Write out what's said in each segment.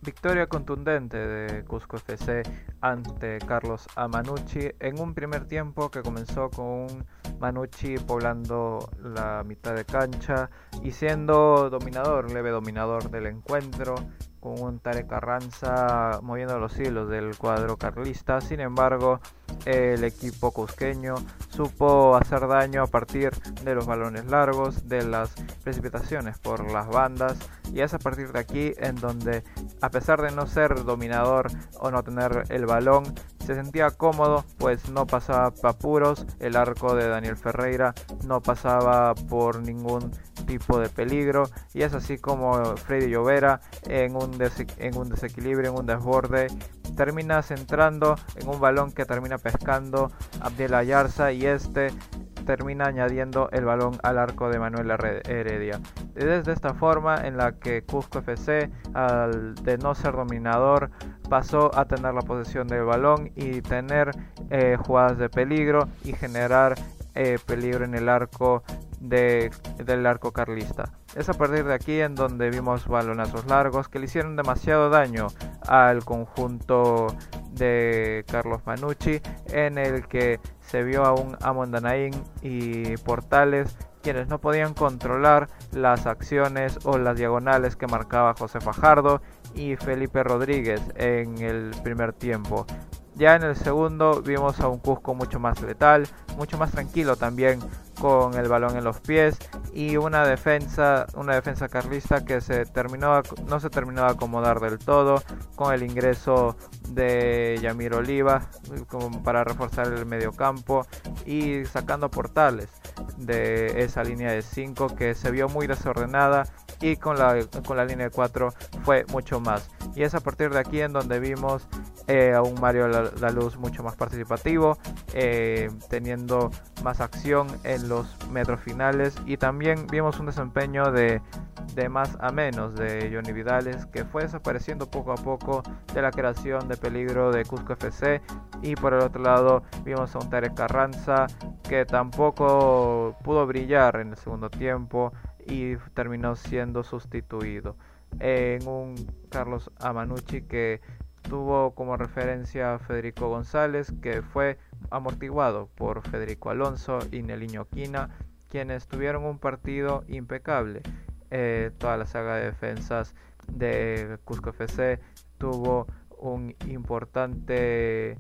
Victoria contundente de Cusco FC ante Carlos Amanucci en un primer tiempo que comenzó con un Manucci poblando la mitad de cancha y siendo dominador, leve dominador del encuentro, con un Tarek Carranza moviendo los hilos del cuadro carlista. Sin embargo, el equipo cusqueño supo hacer daño a partir de los balones largos, de las precipitaciones por las bandas, y es a partir de aquí en donde, a pesar de no ser dominador o no tener el balón, se sentía cómodo, pues no pasaba apuros, el arco de Daniel Ferreira no pasaba por ningún tipo de peligro, y es así como Freddy Llovera en un desequilibrio, en un desborde, termina centrando en un balón que termina pescando Abdiel Ayarza, y este termina añadiendo el balón al arco de Manuel Heredia. Es de esta forma en la que Cusco FC, al de no ser dominador, pasó a tener la posesión del balón y tener jugadas de peligro y generar peligro en el arco del arco carlista. Es a partir de aquí en donde vimos balonazos largos que le hicieron demasiado daño al conjunto de Carlos Manucci, en el que se vio a un Amon Danaín y Portales quienes no podían controlar las acciones o las diagonales que marcaba José Fajardo y Felipe Rodríguez en el primer tiempo. Ya en el segundo vimos a un Cusco mucho más letal, mucho más tranquilo también, con el balón en los pies, y una defensa carlista que no se terminó de acomodar del todo, con el ingreso de Yamir Oliva como para reforzar el mediocampo y sacando Portales de esa línea de 5 que se vio muy desordenada, y con la línea de 4 fue mucho más. Y es a partir de aquí en donde vimos a un Mario Laluz mucho más participativo, teniendo más acción en los metros finales, y también vimos un desempeño de más a menos de Johnny Vidales, que fue desapareciendo poco a poco de la creación de peligro de Cusco FC. Y por el otro lado vimos a un Tarek Carranza que tampoco pudo brillar en el segundo tiempo y terminó siendo sustituido en un Carlos Amanucci que tuvo como referencia a Federico González, que fue amortiguado por Federico Alonso y Neliño Quina, quienes tuvieron un partido impecable. Toda la saga de defensas de Cusco FC tuvo un importante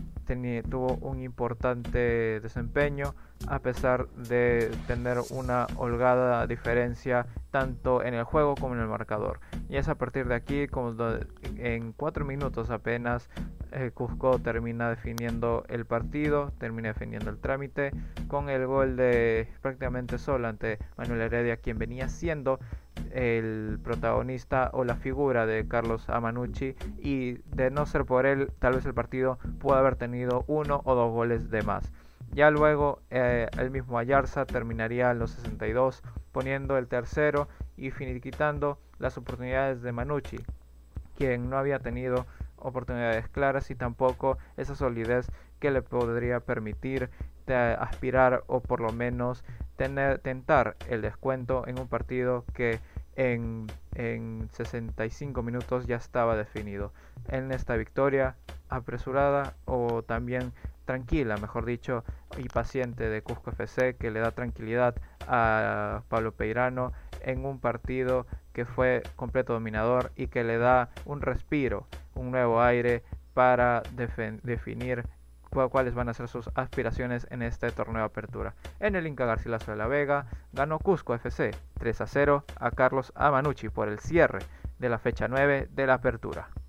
desempeño, a pesar de tener una holgada diferencia tanto en el juego como en el marcador. Y es a partir de aquí como en 4 minutos apenas Cusco termina definiendo el partido, termina definiendo el trámite con el gol de prácticamente solo ante Manuel Heredia, quien venía siendo el protagonista o la figura de Carlos Amanucci, y de no ser por él tal vez el partido pudo haber tenido 1 o 2 goles de más. Ya luego el mismo Ayarza terminaría en los 62 poniendo el tercero y finiquitando las oportunidades de Manucci, quien no había tenido oportunidades claras y tampoco esa solidez que le podría permitir aspirar o por lo menos tentar el descuento en un partido que en 65 minutos ya estaba definido. En esta victoria apresurada, o también tranquila, mejor dicho, y paciente de Cusco FC, que le da tranquilidad a Pablo Peirano en un partido que fue completo dominador y que le da un respiro, un nuevo aire para definir cuáles van a ser sus aspiraciones en este torneo de apertura. En el Inca Garcilaso de la Vega ganó Cusco FC 3-0 a Carlos Amanucci por el cierre de la fecha 9 de la apertura.